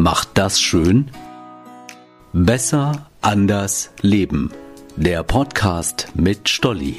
Macht das schön? Besser, anders, leben. Der Podcast mit Stolli.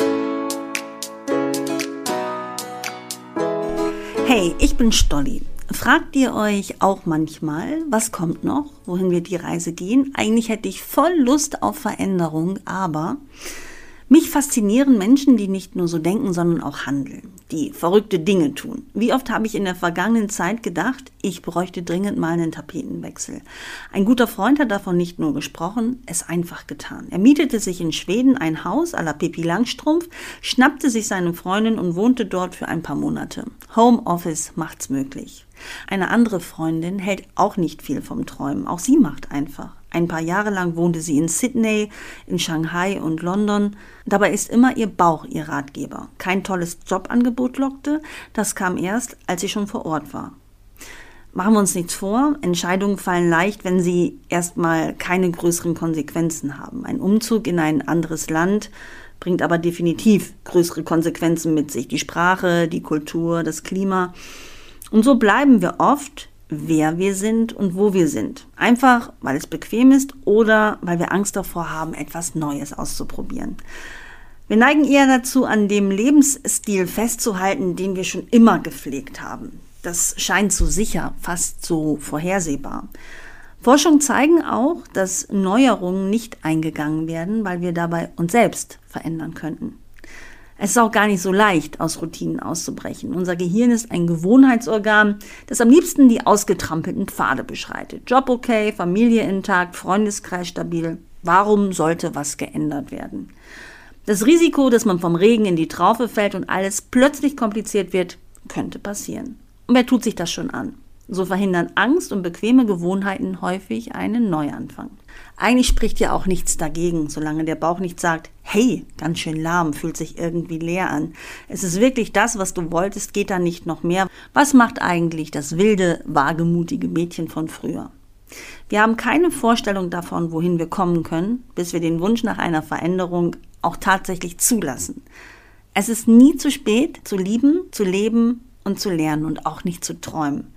Hey, ich bin Stolli. Fragt ihr euch auch manchmal, was kommt noch, wohin wird die Reise gehen? Eigentlich hätte ich voll Lust auf Veränderung, aber mich faszinieren Menschen, die nicht nur so denken, sondern auch handeln, die verrückte Dinge tun. Wie oft habe ich in der vergangenen Zeit gedacht, ich bräuchte dringend mal einen Tapetenwechsel. Ein guter Freund hat davon nicht nur gesprochen, es einfach getan. Er mietete sich in Schweden ein Haus à la Pippi Langstrumpf, schnappte sich seine Freundin und wohnte dort für ein paar Monate. Homeoffice macht's möglich. Eine andere Freundin hält auch nicht viel vom Träumen. Auch sie macht einfach. Ein paar Jahre lang wohnte sie in Sydney, in Shanghai und London. Dabei ist immer ihr Bauch ihr Ratgeber. Kein tolles Jobangebot lockte, das kam erst, als sie schon vor Ort war. Machen wir uns nichts vor, Entscheidungen fallen leicht, wenn sie erstmal keine größeren Konsequenzen haben. Ein Umzug in ein anderes Land bringt aber definitiv größere Konsequenzen mit sich. Die Sprache, die Kultur, das Klima. Und so bleiben wir oft, wer wir sind und wo wir sind. Einfach, weil es bequem ist oder weil wir Angst davor haben, etwas Neues auszuprobieren. Wir neigen eher dazu, an dem Lebensstil festzuhalten, den wir schon immer gepflegt haben. Das scheint so sicher, fast so vorhersehbar. Forschungen zeigen auch, dass Neuerungen nicht eingegangen werden, weil wir dabei uns selbst verändern könnten. Es ist auch gar nicht so leicht, aus Routinen auszubrechen. Unser Gehirn ist ein Gewohnheitsorgan, das am liebsten die ausgetrampelten Pfade beschreitet. Job okay, Familie intakt, Freundeskreis stabil. Warum sollte was geändert werden? Das Risiko, dass man vom Regen in die Traufe fällt und alles plötzlich kompliziert wird, könnte passieren. Und wer tut sich das schon an? So verhindern Angst und bequeme Gewohnheiten häufig einen Neuanfang. Eigentlich spricht ja auch nichts dagegen, solange der Bauch nicht sagt, hey, ganz schön lahm, fühlt sich irgendwie leer an. Es ist wirklich das, was du wolltest, geht da nicht noch mehr. Was macht eigentlich das wilde, wagemutige Mädchen von früher? Wir haben keine Vorstellung davon, wohin wir kommen können, bis wir den Wunsch nach einer Veränderung auch tatsächlich zulassen. Es ist nie zu spät, zu lieben, zu leben und zu lernen und auch nicht zu träumen.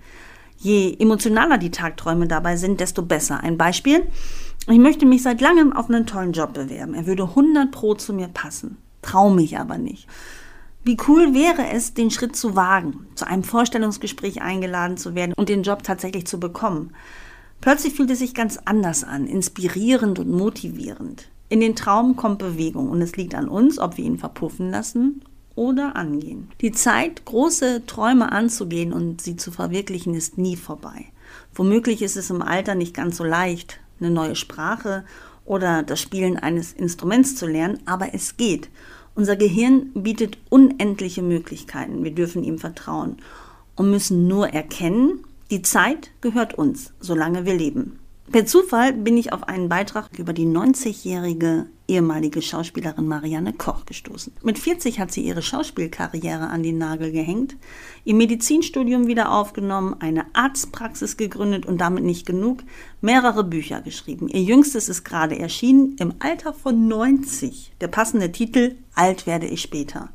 Je emotionaler die Tagträume dabei sind, desto besser. Ein Beispiel: Ich möchte mich seit langem auf einen tollen Job bewerben. Er würde 100% zu mir passen. Traue mich aber nicht. Wie cool wäre es, den Schritt zu wagen, zu einem Vorstellungsgespräch eingeladen zu werden und den Job tatsächlich zu bekommen. Plötzlich fühlt es sich ganz anders an, inspirierend und motivierend. In den Traum kommt Bewegung und es liegt an uns, ob wir ihn verpuffen lassen oder angehen. Die Zeit, große Träume anzugehen und sie zu verwirklichen, ist nie vorbei. Womöglich ist es im Alter nicht ganz so leicht, eine neue Sprache oder das Spielen eines Instruments zu lernen, aber es geht. Unser Gehirn bietet unendliche Möglichkeiten. Wir dürfen ihm vertrauen und müssen nur erkennen, die Zeit gehört uns, solange wir leben. Per Zufall bin ich auf einen Beitrag über die 90-jährige ehemalige Schauspielerin Marianne Koch gestoßen. Mit 40 hat sie ihre Schauspielkarriere an den Nagel gehängt, ihr Medizinstudium wieder aufgenommen, eine Arztpraxis gegründet und damit nicht genug, mehrere Bücher geschrieben. Ihr jüngstes ist gerade erschienen, im Alter von 90. Der passende Titel: Alt werde ich später.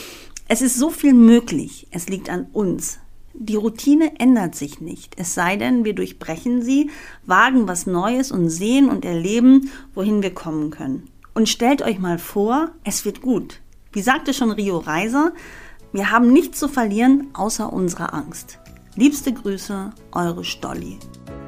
Es ist so viel möglich, es liegt an uns. Die Routine ändert sich nicht, es sei denn, wir durchbrechen sie, wagen was Neues und sehen und erleben, wohin wir kommen können. Und stellt euch mal vor, es wird gut. Wie sagte schon Rio Reiser, wir haben nichts zu verlieren, außer unserer Angst. Liebste Grüße, eure Stolli.